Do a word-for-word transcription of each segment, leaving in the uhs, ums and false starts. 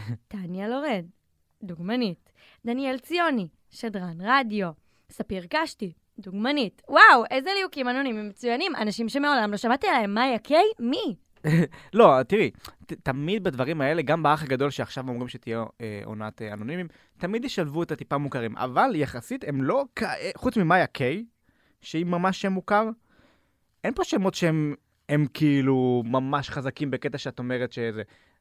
טניה לורן, דוגמנית. דניאל ציוני, שדרן רדיו. ספיר קשתי, דוגמנית. וואו, איזה ליהוקים אנונימיים מצוינים. אנשים שמעולם לא שמעתי עליהם. מאיה קיי? מי? לא, תראי, ת, תמיד בדברים האלה, גם באח הגדול שעכשיו אומרים שתהיה אה, עונת אה, אנונימים, תמיד ישלבו את הטיפה מוכרים. אבל יחסית הם לא, חוץ ממאיה קיי, שהיא ממש שם מוכר, אין פה שמות שהם הם כאילו ממש חזקים בקטע שאת אומרת שזה. לא.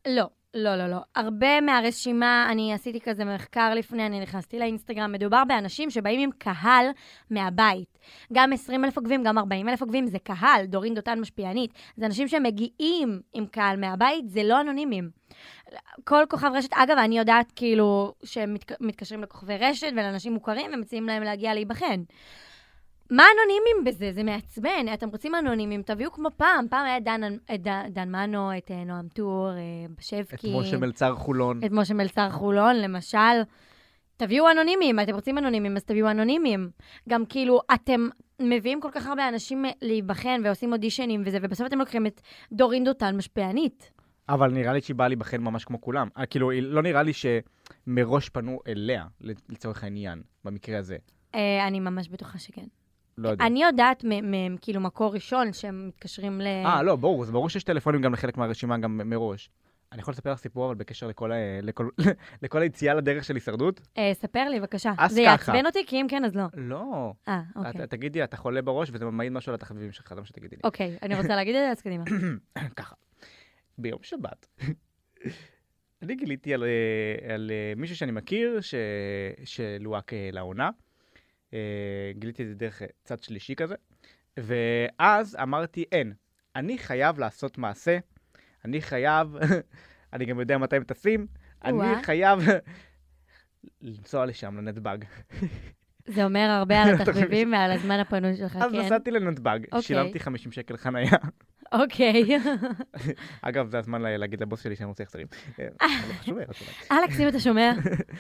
לא, לא, לא. הרבה מהרשימה, אני עשיתי כזה מחקר לפני, אני נכנסתי לאינסטגרם, מדובר באנשים שבאים עם קהל מהבית. גם עשרים אלף עוקבים, גם ארבעים אלף עוקבים, זה קהל, דורין דותן משפיענית. זה אנשים שמגיעים עם קהל מהבית, זה לא אנונימים. כל כוכב רשת, אגב, אני יודעת כאילו שמתקשרים לכוכבי רשת ולאנשים מוכרים ומציעים להם להגיע להיבחן. מה אנונימים בזה? זה מעצבן. אתם רוצים אנונימים, תביאו כמו פעם. פעם היה דן, דן, דן מנו, את נועם טור, בשבקי. את משה מלצר חולון. את משה מלצר חולון, למשל. תביאו אנונימים. אתם רוצים אנונימים, אז תביאו אנונימים. גם כאילו, אתם מביאים כל כך הרבה אנשים להיבחן ועושים אודישנים וזה, ובסוף אתם לוקחים את דורין דותן משפיענית. אבל נראה לי שהיא באה להיבחן ממש כמו כולם. כאילו, לא נראה לי שמראש פנו אליה, לצורך העניין, במקרה הזה. אני ממש בטוחה שכן. לא יודע. אני יודעת, כאילו, מקור ראשון שהם מתקשרים ל... אה, לא, ברור, זה ברור שיש טלפונים גם לחלק מהרשימה, גם מראש. אני יכול לספר לך סיפור, אבל בקשר לכל, לכל, לכל היציאה לדרך של הישרדות? אה, ספר לי, בבקשה. אז זה ככה. יעצבן אותי, כי אם כן, אז לא. לא. אה, אוקיי. את, תגידי, אתה חולה בראש, וזה מעיד משהו על התחביבים שלך, זה מה שתגידי לי. אוקיי, אני רוצה להגיד את זה, אז קדימה. ככה. ביום שבת, אני גיליתי על, על מישהו שאני מכיר, ש, שלוהק לעונה. גיליתי את זה דרך צד שלישי כזה. ואז אמרתי, אין, אני חייב לעשות מעשה, אני חייב, אני גם יודע מתי הם טסים, אני חייב לנסוע לשם, לנתב"ג. זה אומר הרבה על התחביבים ועל הזמן הפנוי שלך, כן? אז נסעתי לנתב"ג, שילמתי חמישים שקל חנייה. אוקיי. אגב, זה הזמן להגיד לבוס שלי שאני רוצה החזרים. אלכס, אם אתה שומע.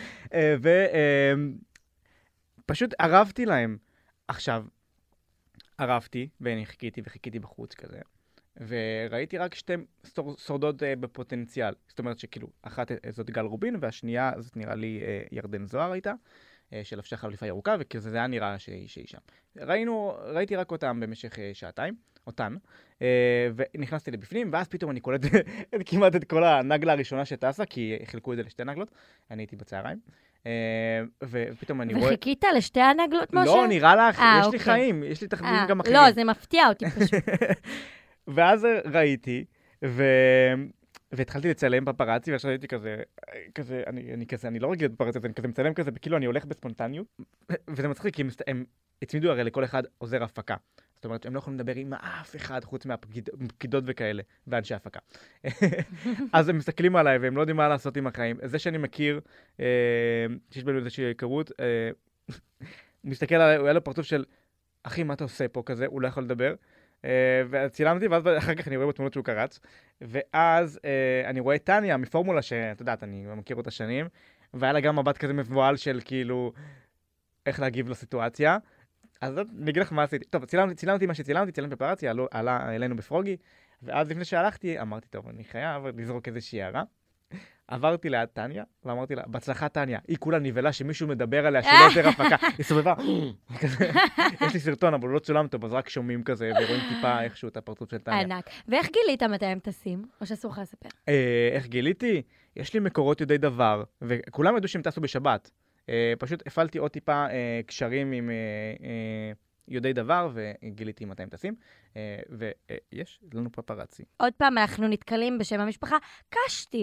ופשוט ערבתי להם. עכשיו, ערבתי, ואני חיכיתי וחיכיתי בחוץ כזה. וראיתי רק שתי שורדות בפוטנציאל. זאת אומרת שכאילו, אחת זאת גל רובין, והשנייה זאת נראה לי ירדן זוהר הייתה, של אבשך חליפה ירוקה, וכאילו זה היה נראה שהיא שם. ראינו, ראיתי רק אותם במשך שעתיים, אותן, ונכנסתי לבפנים, ואז פתאום אני קולט כמעט את כל הנגלה הראשונה שטסה, כי חילקו את זה לשתי נגלות, אני הייתי בצהריים, ופתאום אני רואה... וחיכית לשתי הנגלות, משה? לא, נראה לך, יש לי חיים, יש לי תחביבים גם אחרים. לא, זה מפתיע אותי פשוט. ואז ראיתי, ו... והתחלתי לצלם פפרצי, ועכשיו הייתי כזה, כזה, אני, אני כזה, אני לא רגיל בפפרצי, אני כזה מצלם כזה, כאילו אני הולך בספונטניות, וזה מצחיק, כי הם, הם הצמידו הרי לכל אחד עוזר הפקה. זאת אומרת, הם לא יכולים לדבר עם אף אחד חוץ מהפקידות וכאלה, ואנשי הפקה. אז הם מסתכלים עליי, והם לא יודעים מה לעשות עם החיים. זה שאני מכיר, אה, שיש בינינו איזושהי היכרות, אה, הוא מסתכל עליי, הוא היה לו פרצוף של, אחי, מה אתה עושה פה כזה? הוא לא יכול לדבר. Uh, וצילמתי, ואז אחר כך אני רואה בתמונות שהוא קרץ, ואז uh, אני רואה את טניה מפורמולה שאת יודעת, אני מכיר אותה שנים, והיה לה גם מבט כזה מבועל של כאילו, איך להגיב לסיטואציה. אז אני אגיד לך מה עשיתי. טוב, צילמתי, צילמתי מה שצילמתי, צילמתי פפרצי, עלו, עלה אלינו בפרוגי, ואז לפני שהלכתי, אמרתי, טוב, אני חייב לזרוק איזושהי הערה. עברתי ליד טניה, ואמרתי לה, בהצלחה טניה, היא כולה נבלה שמישהו מדבר עליה, שהוא לא עוזר הפקה. היא סובבה, יש לי סרטון, אבל הוא לא צולם טוב, אז רק שומעים כזה, ורואים טיפה איכשהו את הפרצוף של טניה. ענק. ואיך גילית מתי הם טסים? או שאסור לך לספר? איך גיליתי? יש לי מקורות יודעי דבר, וכולם ידעו שהם טסו בשבת. פשוט הפעלתי עוד טיפה קשרים עם יודעי דבר, וגיליתי מתי הם טסים, ויש לנו פפרצי. עוד פעם, אנחנו נתקלים בשם המשפחה, קשתי,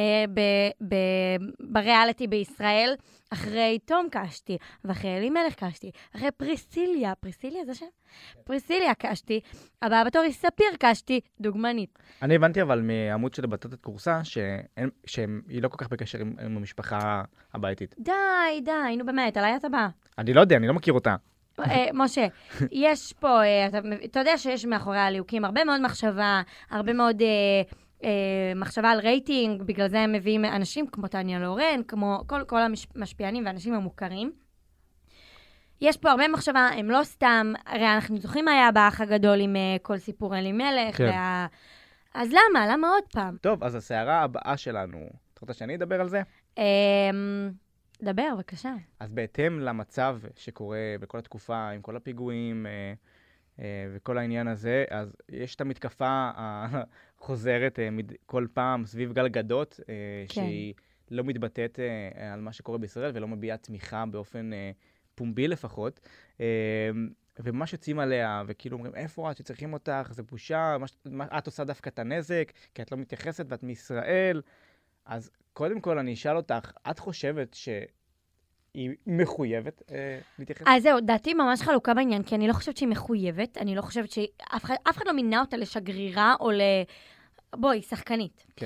בריאליטי בישראל, אחרי תום קשתי, ואחרי אלימלך קשתי, אחרי פריסיליה, פריסיליה זה שם? פריסיליה קשתי, הבאה בתור היא ספיר קשתי, דוגמנית. אני הבנתי אבל מעמוד של בטטת קורסה, שהיא לא כל כך בקשר עם המשפחה הביתית. די, די, נו באמת, עליי אתה בא. אני לא יודע, אני לא מכיר אותה. משה, יש פה, אתה יודע שיש מאחורי הליהוקים הרבה מאוד מחשבה, הרבה מאוד מחשבה על רייטינג, בגלל זה הם מביאים אנשים כמו טניה לורן, כמו כל המשפיענים ואנשים המוכרים. יש פה הרבה מחשבה, הם לא סתם, הרי אנחנו זוכרים מה היה באח הגדול עם כל סיפור אלימלך, אז למה? למה עוד פעם? טוב, אז הסערה הבאה שלנו, אתה רוצה שאני אדבר על זה? דבר, בבקשה. אז בהתאם למצב שקורה בכל התקופה, עם כל הפיגועים אה, אה, וכל העניין הזה, אז יש את המתקפה החוזרת אה, מד... כל פעם סביב גל גדות, אה, כן. שהיא לא מתבטאת אה, על מה שקורה בישראל, ולא מביעה תמיכה באופן אה, פומבי לפחות. אה, ומה שיוצאים עליה, וכאילו אומרים, איפה את שצריכים אותך, זה בושה, מה, מה, את עושה דווקא את הנזק, כי את לא מתייחסת ואת מישראל. אז קודם כל אני אשאל אותך, את חושבת שהיא מחויבת אה, להתייחס? אז זהו, דעתי ממש חלוקה בעניין, כי אני לא חושבת שהיא מחויבת, אני לא חושבת שאף אחד, אף אחד לא מינה אותה לשגרירה או ל... בואי, שחקנית. כן.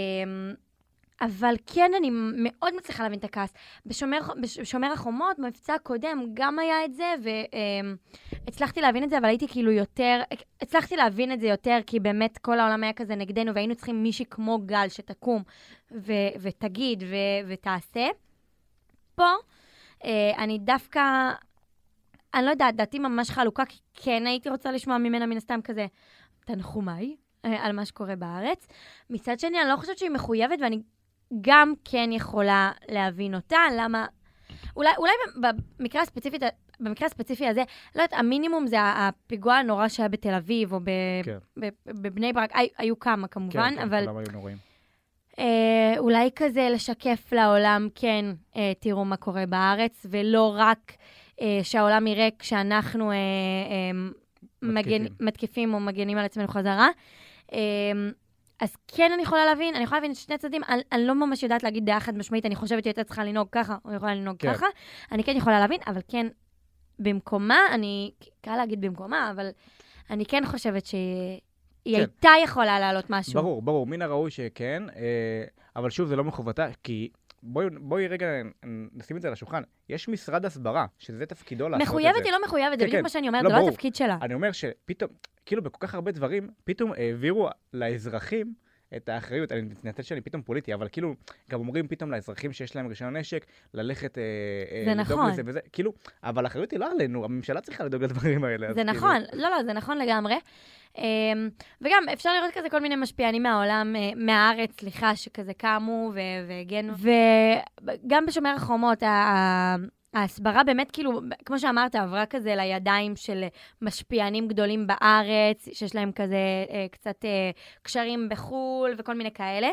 אבל כן, אני מאוד מצליחה להבין את הכעס. בשומר, בשומר החומות, במבצע הקודם, גם היה את זה, והצלחתי להבין את זה, אבל הייתי כאילו יותר, הצלחתי להבין את זה יותר, כי באמת כל העולם היה כזה נגדנו, והיינו צריכים מישהי כמו גל שתקום ו- ותגיד ו- ותעשה. פה, אני דווקא, אני לא יודעת, דעתי ממש חלוקה, כי כן הייתי רוצה לשמוע ממנה מן הסתם כזה, תנחומי, על מה שקורה בארץ. מצד שני, אני לא חושבת שהיא מחויבת, ואני גם כן יכולה להבין אותה, למה... אולי, אולי במקרה הספציפי, במקרה הספציפי הזה, לא יודעת, המינימום זה הפיגוע הנורא שהיה בתל אביב, או ב, כן. ב, בבני ברק, הי, היו כמה כמובן, כן, אבל... כן, כולם היו נוראים. אה, אולי כזה לשקף לעולם, כן, אה, תראו מה קורה בארץ, ולא רק אה, שהעולם יראה כשאנחנו אה, אה, מגן, מתקיפים או מגנים על עצמנו חזרה. אה, אז כן אני יכולה להבין, אני יכולה להבין את שני צדדים, אני, אני לא ממש יודעת להגיד דעה חד משמעית, אני חושבת שהייתה צריכה לנהוג ככה, או יכולה לנהוג כן. ככה, אני כן יכולה להבין, אבל כן, במקומה, אני, קל להגיד במקומה, אבל אני כן חושבת שהיא כן. הייתה יכולה לעלות משהו. ברור, ברור, מן הראוי שכן, אבל שוב, זה לא מחובתה, כי בואי, בואי רגע נשים את זה על השולחן. יש משרד הסברה, שזה תפקידו לעשות את זה. מחויבת היא לא מחויבת, זה בדיוק מה שאני אומרת, זה לא התפקיד שלה. אני אומר שפתאום, כאילו בכל כך הרבה דברים, פתאום העבירו לאזרחים את האחריות, אני מתנצל שאני פתאום פוליטי, אבל כאילו, גם אומרים פתאום לאזרחים שיש להם רישיון נשק, ללכת זה נכון. לזה וזה, כאילו, אבל האחריות היא לא עלינו, הממשלה צריכה לדאוג לדברים האלה. זה נכון, לא, לא, זה נכון לגמרי. וגם אפשר לראות כזה כל מיני משפיענים מהעולם, מהארץ, סליחה, שכזה קמו והגנו. וגם בשומר החומות, ההסברה באמת כאילו, כמו שאמרת, עברה כזה לידיים של משפיענים גדולים בארץ, שיש להם כזה קצת קשרים בחול וכל מיני כאלה.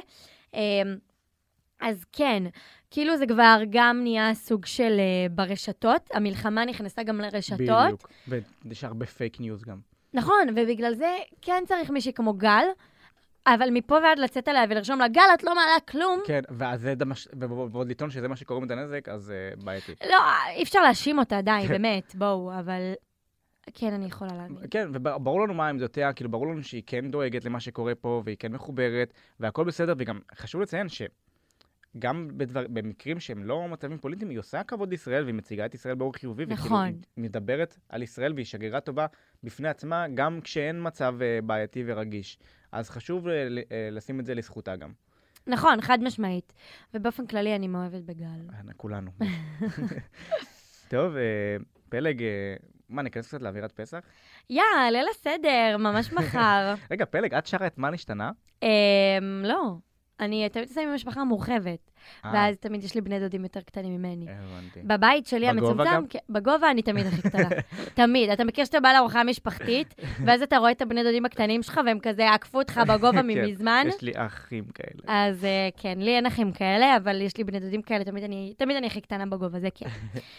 אז כן, כאילו זה כבר גם נהיה סוג של ברשתות, המלחמה נכנסה גם לרשתות. בדיוק, ויש הרבה פייק ניוז גם. נכון, ובגלל זה כן צריך מישהי כמו גל, אבל מפה ועד לצאת עליה ולרשום לה, גל, את לא מעלה כלום. כן, ואז זה דמש... ועוד לטעון שזה מה שקוראים את הנזק, אז uh, בעייתי. לא, אי אפשר להאשים אותה, די, באמת, בואו, אבל כן, אני יכולה להאמין. כן, וברור לנו מה עמדותיה, כאילו ברור לנו שהיא כן דואגת למה שקורה פה, והיא כן מחוברת, והכל בסדר, וגם חשוב לציין שגם בדבר... במקרים שהם לא מצבים פוליטיים, היא עושה כבוד לישראל, והיא מציגה את ישראל באור חיובי, נכון. וכאילו היא מדברת על ישראל, והיא שגרירה טובה בפני עצמה, גם כשאין מצב uh, בעייתי ורגיש. אז חשוב לשים את זה לזכותה גם. נכון, חד משמעית. ובאופן כללי אני מאוהבת בגל. כולנו. טוב, פלג, מה, ניכנס קצת לאווירת פסח? יא, ליל הסדר, ממש מחר. רגע, פלג, את שרה את מה נשתנה? לא. אני תמיד עושה עם המשפחה מורחבת, ואז תמיד יש לי בני דודים יותר קטנים ממני. הבנתי. בבית שלי המצומצם, בגובה אני תמיד הכי קטנה. תמיד. אתה מכיר שאתה בא לארוחה משפחתית, ואז אתה רואה את הבני דודים הקטנים שלך, והם כזה עקפו אותך בגובה ממזמן. יש לי אחים כאלה. אז כן, לי אין אחים כאלה, אבל יש לי בני דודים כאלה, תמיד אני הכי קטנה בגובה, זה כן.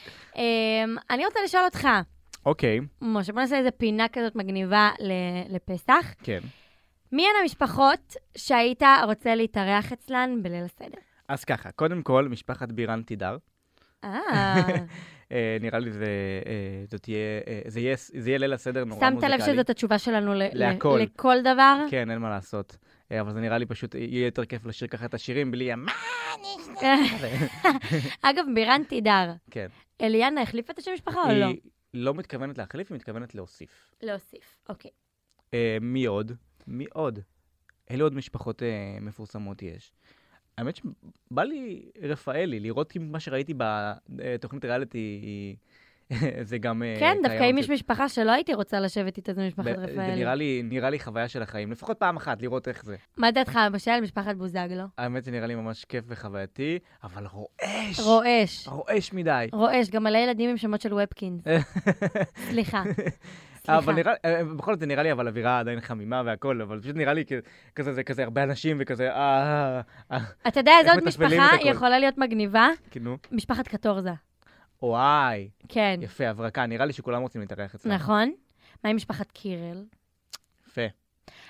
אני רוצה לשאול אותך. אוקיי. משה, בוא נעשה איזה פינה כזאת מגניבה לפסח. כן. מי הן המשפחות שהיית רוצה להתארח אצלן בליל הסדר? אז ככה, קודם כל, משפחת בירן תידר. אה. נראה לי זה יהיה ליל הסדר נורא מוזיקלי. שמת לב שזאת התשובה שלנו לכל דבר? כן, אין מה לעשות. אבל זה נראה לי פשוט, יהיה יותר כיף לשיר ככה את השירים בלי מה נשמע. אגב, בירן תידר. כן. אליאנה החליפה את השם משפחה או לא? היא לא מתכוונת להחליף, היא מתכוונת להוסיף. להוסיף, אוקיי. מי עוד? מי עוד? אלה עוד משפחות אה, מפורסמות יש. האמת שבא לי רפאלי, לראות מה שראיתי בתוכנית ריאליטי, זה גם... כן, דווקא אם יש משפחה שלא הייתי רוצה לשבת איתה, זה משפחת רפאלי. זה נראה לי, נראה לי חוויה של החיים, לפחות פעם אחת, לראות איך זה. מה דעתך, למשל, משפחת בוזגלו? האמת זה נראה לי ממש כיף וחווייתי, אבל רועש. רועש. רועש מדי. רועש, גם מלא ילדים עם שמות של וובקינס. סליחה. אבל נראה, בכל זאת זה נראה לי אבל אווירה עדיין חמימה והכל, אבל פשוט נראה לי כזה, זה כזה הרבה אנשים וכזה, אה, אה, אתה יודע, איזו עוד משפחה יכולה להיות מגניבה? כאילו? משפחת קטורזה. וואי. כן. יפה, הברקה, נראה לי שכולם רוצים להתארח אצלנו. נכון. מה עם משפחת קירל? יפה.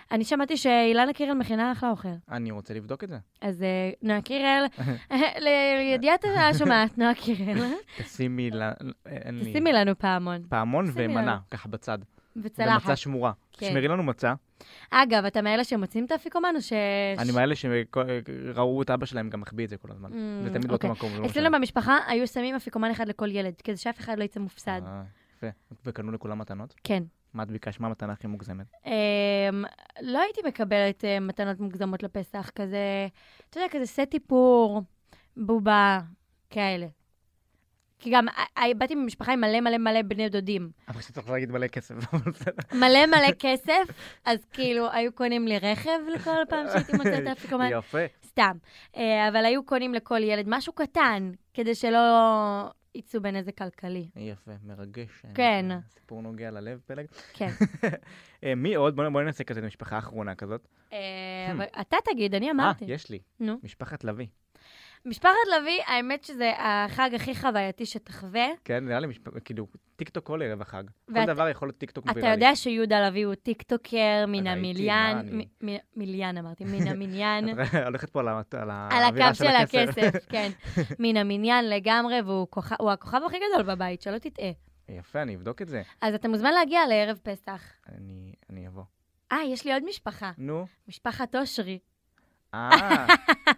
אני שמעתי שאילנה קירל מכינה אחלה אוכל. אני רוצה לבדוק את זה. אז נועה קירל, לידיעת השומעת, נועה קירל. תשימי תשימי לנו פעמון. פעמון ומנה, ככה בצד. וצלחת. ומצה שמורה. שמרי לנו מצה. אגב, אתה מאלה שמוצאים את האפיקומן או ש... אני מאלה שראו את אבא שלהם גם מחביא את זה כל הזמן. זה תמיד באותו מקום. אצלנו במשפחה היו שמים אפיקומן אחד לכל ילד, כדי שאף אחד לא יצא מופסד. יפה. וקנו לכולם מתנות? כן. מה את ביקשת? מה המתנה הכי מוגזמת? לא הייתי מקבלת מתנות מוגזמות לפסח, כזה, אתה יודע, כזה סט איפור, בובה, כאלה. כי גם באתי ממשפחה עם מלא מלא מלא בני דודים. אבל שצריך להגיד מלא כסף. מלא מלא כסף, אז כאילו היו קונים לי רכב לכל פעם שהייתי מוצאת את האפיקומן. יפה. סתם. אבל היו קונים לכל ילד משהו קטן, כדי שלא יצאו בנזק כלכלי. יפה, מרגש. כן. סיפור נוגע ללב, פלג. כן. מי עוד? בואי ננסה כזה משפחה האחרונה כזאת. אתה תגיד, אני אמרתי. אה, יש לי. נו. משפחת לוי. משפחת לוי, האמת שזה החג הכי חווייתי שתחווה. כן, נראה לי, כאילו, טיקטוק כל ערב החג. כל דבר יכול להיות טיקטוק ויראלי. אתה יודע שיהודה לוי הוא טיקטוקר מן המליין, מיליין אמרתי, מן המניין. את הולכת פה על האווירה של הכסף. כן. מן המניין לגמרי, והוא הכוכב הכי גדול בבית, שלא תטעה. יפה, אני אבדוק את זה. אז אתה מוזמן להגיע לערב פסח. אני אבוא. אה, יש לי עוד משפחה. נו. משפחת אושרי. אה,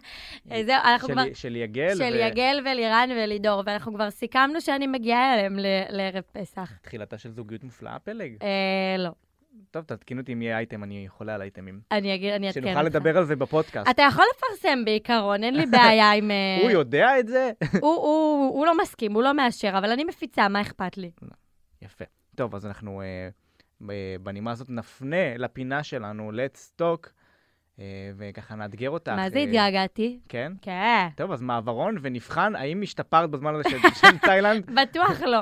של יגל. של יגל ולירן ולידור, ואנחנו כבר סיכמנו שאני מגיעה אליהם לערב פסח. תחילתה של זוגיות מופלאה, פלג? לא. טוב, תתקינו אותי אם יהיה אייטם, אני יכולה על אייטמים. אני אגיד, אני אתקן לך. שנוכל לדבר על זה בפודקאסט. אתה יכול לפרסם בעיקרון, אין לי בעיה עם... הוא יודע את זה? הוא לא מסכים, הוא לא מאשר, אבל אני מפיצה, מה אכפת לי? יפה. טוב, אז אנחנו בנימה הזאת נפנה לפינה שלנו, Let's Talk, וככה נאתגר אותך. מה זה התגעגעתי? כן? כן. טוב, אז מעברון ונבחן האם השתפרת בזמן הזה של תאילנד? בטוח לא.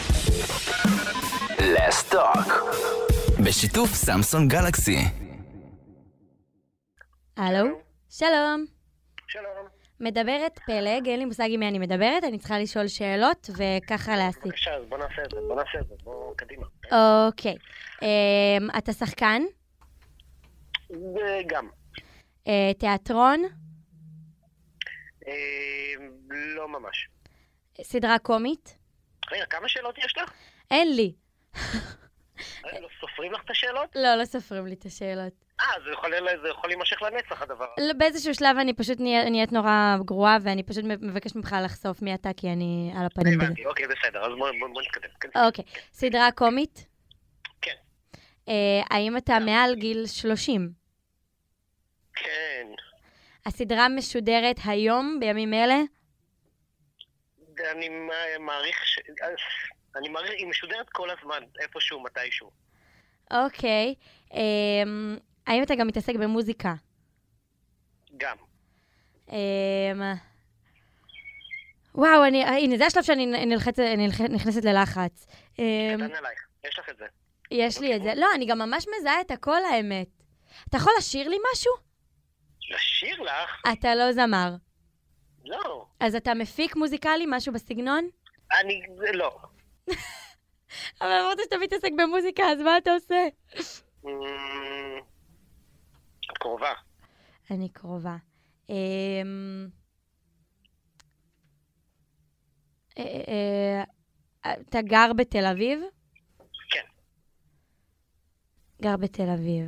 Let's Talk. בשיתוף סמסונג גלקסי. הלו? שלום. שלום. מדברת פלג, אין לי מושג עם מי אני מדברת, אני צריכה לשאול שאלות וככה להסיק. בבקשה, אז בוא נעשה את זה, בוא נעשה את זה, בוא קדימה. אוקיי. אתה שחקן? גם. תיאטרון? לא ממש. סדרה קומית? רגע, כמה שאלות יש לך? אין לי. לא סופרים לך את השאלות? לא, לא סופרים לי את השאלות. אה, זה יכול להימשך לנצח הדבר. באיזשהו שלב אני פשוט נהיית נורא גרועה, ואני פשוט מבקשת ממך לחשוף מי אתה, כי אני על הפנים בזה. אוקיי, בסדר, אז בוא נתקדם. אוקיי. סדרה קומית? כן. האם אתה מעל גיל שלושים? כן. הסדרה משודרת היום, בימים אלה? אני מעריך ש... אני מעריך, היא משודרת כל הזמן, איפשהו, מתישהו. אוקיי. האם אתה גם מתעסק במוזיקה? גם. וואו, הנה, זה השלב שאני נכנסת ללחץ. קטן עלייך, יש לך את זה. יש לי את זה. לא, אני גם ממש מזהה את הכל, האמת. אתה יכול לשיר לי משהו? לשיר לך? אתה לא זמר. לא. אז אתה מפיק מוזיקלי, משהו בסגנון? אני, לא. אבל אמרת שאתה מתעסק במוזיקה, אז מה אתה עושה? את קרובה. אני קרובה. אתה גר בתל אביב? כן. גר בתל אביב.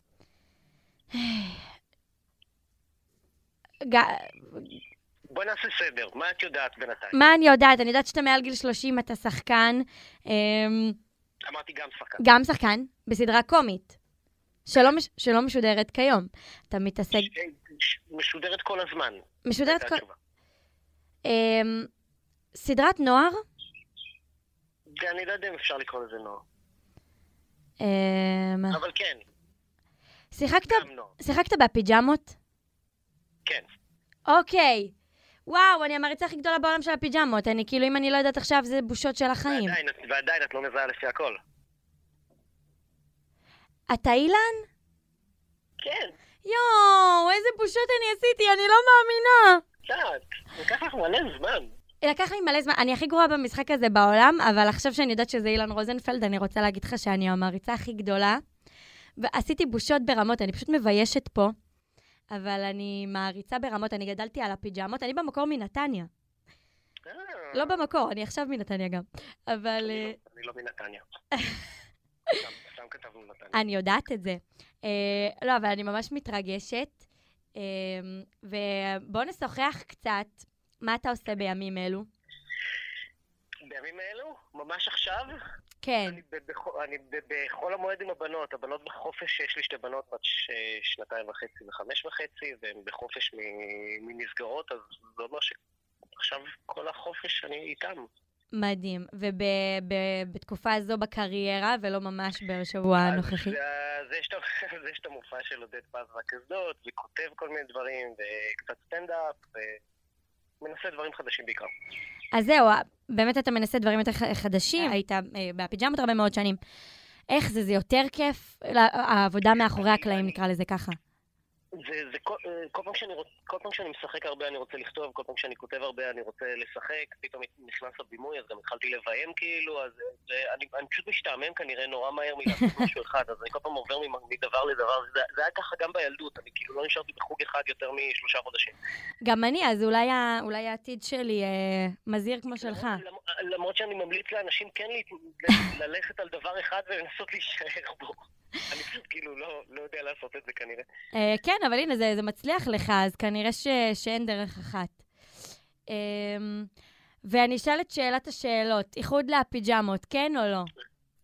בוא נעשה סדר, מה את יודעת בינתיים? מה אני יודעת? אני יודעת שאתה מעל גיל שלושים, אתה שחקן. אמרתי גם שחקן. גם שחקן, בסדרה קומית. שלא, מש... שלא משודרת כיום. אתה מתעסק... ש... משודרת כל הזמן. משודרת כל... אמ... סדרת נוער? אני לא יודע אם אפשר לקרוא לזה נוער. אמ... אבל כן. שיחקת... שיחקת בפיג'מות? כן. אוקיי. וואו, אני המריצה הכי גדולה בעולם של הפיג'מות. אני כאילו, אם אני לא יודעת עכשיו, זה בושות של החיים. ועדיין, ועדיין, את לא מזהה לפי הכל. אתה אילן? כן. יואו, איזה בושות אני עשיתי, אני לא מאמינה. קצת, לקח לך מלא זמן. לקח לי מלא זמן, אני הכי גרועה במשחק הזה בעולם, אבל עכשיו שאני יודעת שזה אילן רוזנפלד, אני רוצה להגיד לך שאני המריצה הכי גדולה ועשיתי בושות ברמות, אני פשוט מביישת פה, אבל אני מעריצה ברמות, אני גדלתי על הפיג'מות, אני במקור מנתניה. לא במקור, אני עכשיו מנתניה גם, אבל... אני לא מנתניה. סתם כתבנו נתניה. אני יודעת את זה. לא, אבל אני ממש מתרגשת, ובואו נשוחח קצת, מה אתה עושה בימים אלו? בימים אלו? ממש עכשיו? כן. אני בחול המועד עם הבנות, הבנות בחופש, יש לי שתי בנות בת שנתיים וחצי וחמש וחצי, והן בחופש ממסגרות, אז זה אומר שעכשיו כל החופש אני איתם. מדהים. ובתקופה הזו בקריירה, ולא ממש בשבוע הנוכחי? אז יש את המופע של עודד פז והקסדות, וכותב כל מיני דברים, וקצת סטנדאפ, ומנסה דברים חדשים בעיקר. אז זהו, באמת אתה מנסה דברים יותר חדשים, היית בפיג'מות הרבה מאוד שנים. איך זה, זה יותר כיף? העבודה מאחורי הקלעים, נקרא לזה ככה. זה, זה כל, כל פעם שאני, כל פעם שאני משחק הרבה אני רוצה לכתוב, כל פעם שאני כותב הרבה אני רוצה לשחק, פתאום נכנס לבימוי, אז גם התחלתי לביים כאילו, אז זה, אני, אני פשוט משתעמם כנראה נורא מהר מלעשות משהו אחד, אז אני כל פעם עובר מדבר לדבר, זה, זה היה ככה גם בילדות, אני כאילו לא נשארתי בחוג אחד יותר משלושה חודשים. גם אני, אז אולי, אולי העתיד שלי אה, מזהיר כמו שלך. למרות, למרות שאני ממליץ לאנשים כן ללכת על דבר אחד ולנסות להישאר בו. אני פשוט כאילו לא, לא יודע לעשות את זה כנראה. Uh, כן, אבל הנה, זה, זה מצליח לך, אז כנראה ש, שאין דרך אחת. Um, ואני אשאל את שאלת השאלות, איחוד לפיג'מות, כן או לא?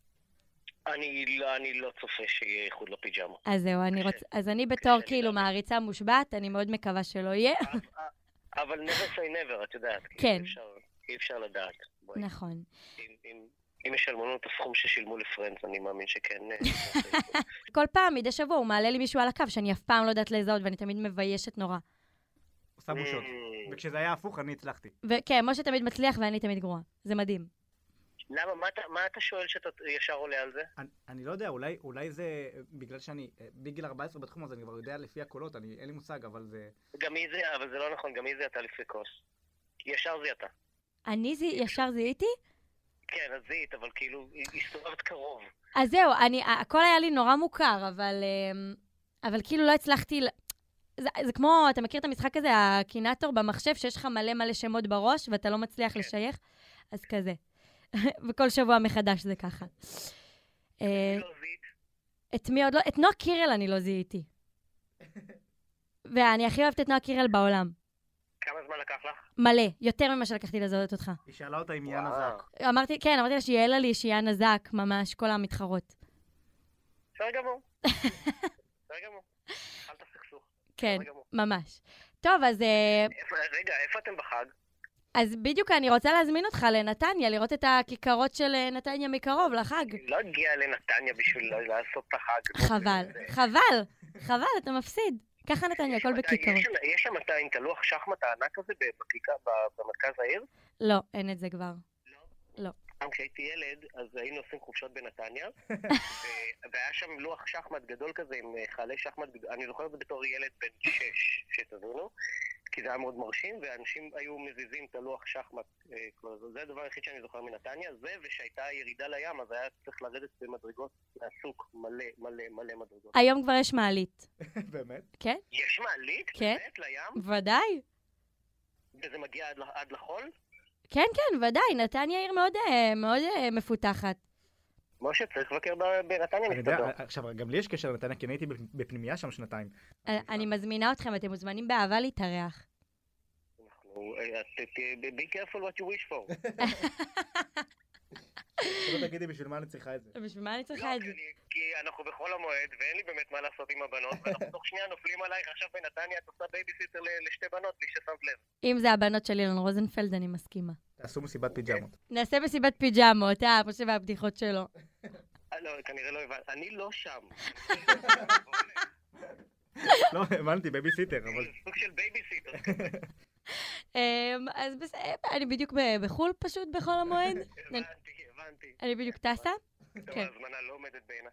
אני לא, אני לא צופה שיהיה איחוד לפיג'מות. אז זהו, אני רוצ... אז אני בתור כאילו מעריצה מושבעת, אני מאוד מקווה שלא יהיה. אבל never say never, את יודעת. כן. אי אפשר לדעת. נכון. אם, אם... אם ישלמו לנו את הסכום ששילמו לפרנדס, אני מאמין שכן. כל פעם, מדי שבוע, הוא מעלה לי מישהו על הקו, שאני אף פעם לא יודעת לזהות, ואני תמיד מביישת נורא. עושה בושות. וכשזה היה הפוך, אני הצלחתי. וכן, משה תמיד מצליח ואני תמיד גרועה. זה מדהים. למה? מה אתה שואל שאתה ישר עולה על זה? אני לא יודע, אולי זה בגלל שאני בגיל ארבע עשרה בתחום הזה, אני כבר יודע לפי הקולות, אין לי מושג, אבל זה... גם מי זה, אבל זה לא נכון, גם מי זה אתה לפי כוס. ישר זה אתה. אני ישר זיהיתי? כן, אז זיהית, אבל כאילו, הסתובבת קרוב. אז זהו, אני, הכל היה לי נורא מוכר, אבל, אבל כאילו לא הצלחתי, זה, זה כמו, אתה מכיר את המשחק הזה, הקינטור במחשב, שיש לך מלא מלא שמות בראש, ואתה לא מצליח כן. לשייך? אז כזה. וכל שבוע מחדש זה ככה. את מי לא זיהית? את מי עוד לא? את נועה קירל אני לא זיהיתי. ואני הכי אוהבת את נועה קירל בעולם. כמה זמן לקח לך? מלא, יותר ממה שלקחתי לזהות אותך. היא שאלה אותה עם יאנה זק. אמרתי, כן, אמרתי לה שהיא העלה לי שהיא יאנה זק, ממש, כל המתחרות. בסדר גמור. בסדר גמור. אכלת סכסוך. כן, ממש. טוב, אז... רגע, איפה אתם בחג? אז בדיוק אני רוצה להזמין אותך לנתניה, לראות את הכיכרות של נתניה מקרוב, לחג. אני לא אגיע לנתניה בשביל לעשות את החג. חבל, חבל, חבל, אתה מפסיד. ככה נתניה, הכל בכיכרות. יש שם עדיין את הלוח שחמט הענק הזה במרכז העיר? לא, אין את זה כבר. לא? לא. גם כשהייתי ילד, אז היינו עושים חופשות בנתניה, והיה שם לוח שחמט גדול כזה עם חיילי שחמט, אני זוכר את זה בתור ילד בן שש, שתבינו, כי זה היה מאוד מרשים, ואנשים היו מזיזים את הלוח שחמט, זה הדבר היחיד שאני זוכר מנתניה, זה ושהייתה ירידה לים, אז היה צריך לרדת במדרגות מהסוג מלא מלא מלא מדרגות. היום כבר יש מעלית. באמת? כן? יש מעלית? כן. באמת? לים? ודאי. וזה מגיע עד, עד לחול? כן, כן, ודאי. נתניה עיר מאוד, מאוד מפותחת. משה, צריך לבקר בנתניה מסתבר. עכשיו, גם לי יש קשר לנתניה, כי אני הייתי בפנימייה שם שנתיים. אני מזמינה אתכם, אתם מוזמנים באהבה להתארח. אנחנו... be careful what you wish for. לא תגידי בשביל מה אני צריכה את זה. בשביל מה אני צריכה את זה? כי אנחנו בחול המועד, ואין לי באמת מה לעשות עם הבנות, ואנחנו תוך שנייה נופלים עלייך עכשיו בנתניה, את עושה בייביסיטר לשתי בנות, בלי ששמת לב. אם זה הבנות של אילן רוזנפלד, אני מסכימה. תעשו מסיבת פיג'מות. נעשה מסיבת פיג'מות, אה, משה והבדיחות שלו. לא, כנראה לא הבנתי. אני לא שם. לא, הבנתי, בייביסיטר, אבל... סוג של בייביסיטר. אז אני בדיוק בחול פשוט בחול המועד. הבנתי, הבנתי. אני בדיוק טסה. טוב, הזמנה לא עומדת בעינה.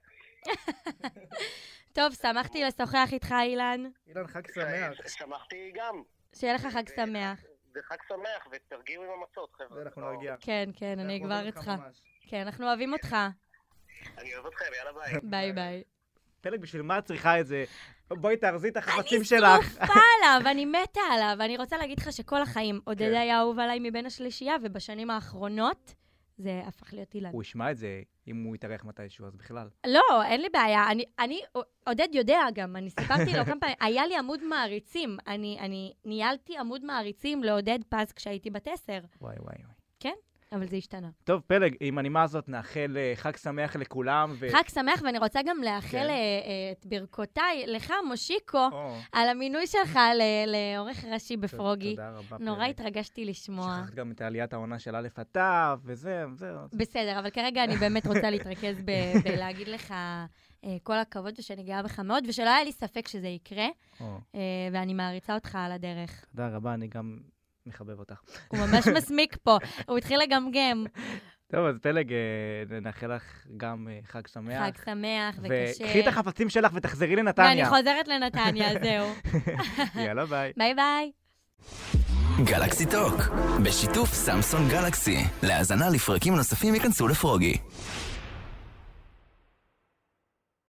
טוב, שמחתי לשוחח איתך, אילן. אילן, חג שמח. שמחתי גם. שיהיה לך חג שמח. זה חג שמח, ותרגיעו עם המצות, חבר'ה. אנחנו נרגיע. כן, כן, אני כבר איתך. כן, אנחנו אוהבים אותך. אני אוהב אתכם, יאללה ביי. ביי ביי. פלג, בשביל מה את צריכה את זה? בואי תארזי את החפצים אני שלך. שרופה עליו, אני מתה עליו. אני רוצה להגיד לך שכל החיים עודד היה אהוב עליי מבין השלישייה, ובשנים האחרונות זה הפך להיות אילן. הוא ישמע את זה אם הוא יתארח מתישהו, אז בכלל. לא, אין לי בעיה. אני, אני, עודד יודע גם, אני סיפרתי לו כמה פעמים, היה לי עמוד מעריצים. אני, אני ניהלתי עמוד מעריצים לעודד פז כשהייתי בת עשר. וואי, וואי, וואי. כן? אבל זה השתנה. טוב, פלג, עם הנימה הזאת נאחל חג שמח לכולם. ו... חג שמח, ואני רוצה גם לאחל כן. את ברכותיי לך, מושיקו, או, על המינוי שלך ל- לעורך ראשי בפרוגי. תודה רבה, נורא פלג. התרגשתי לשמוע. שכחת גם את עליית העונה של א' עטף, וזה, זה... בסדר, אבל כרגע אני באמת רוצה להתרכז ב- בלהגיד לך אה, כל הכבוד ושאני גאה בך מאוד, ושלא היה לי ספק שזה יקרה, או, אה, ואני מעריצה אותך על הדרך. תודה רבה, אני גם מחבב אותך. הוא ממש מסמיק פה, הוא התחיל לגמגם. טוב, אז פלג, אה, נאחל לך גם אה, חג שמח. חג שמח וקשה. וקחי את החפצים שלך ותחזרי לנתניה. ואני חוזרת לנתניה, זהו. יאללה, ביי. ביי ביי. גלקסי טוק, בשיתוף סמסון גלקסי. להאזנה לפרקים נוספים ייכנסו לפרוגי.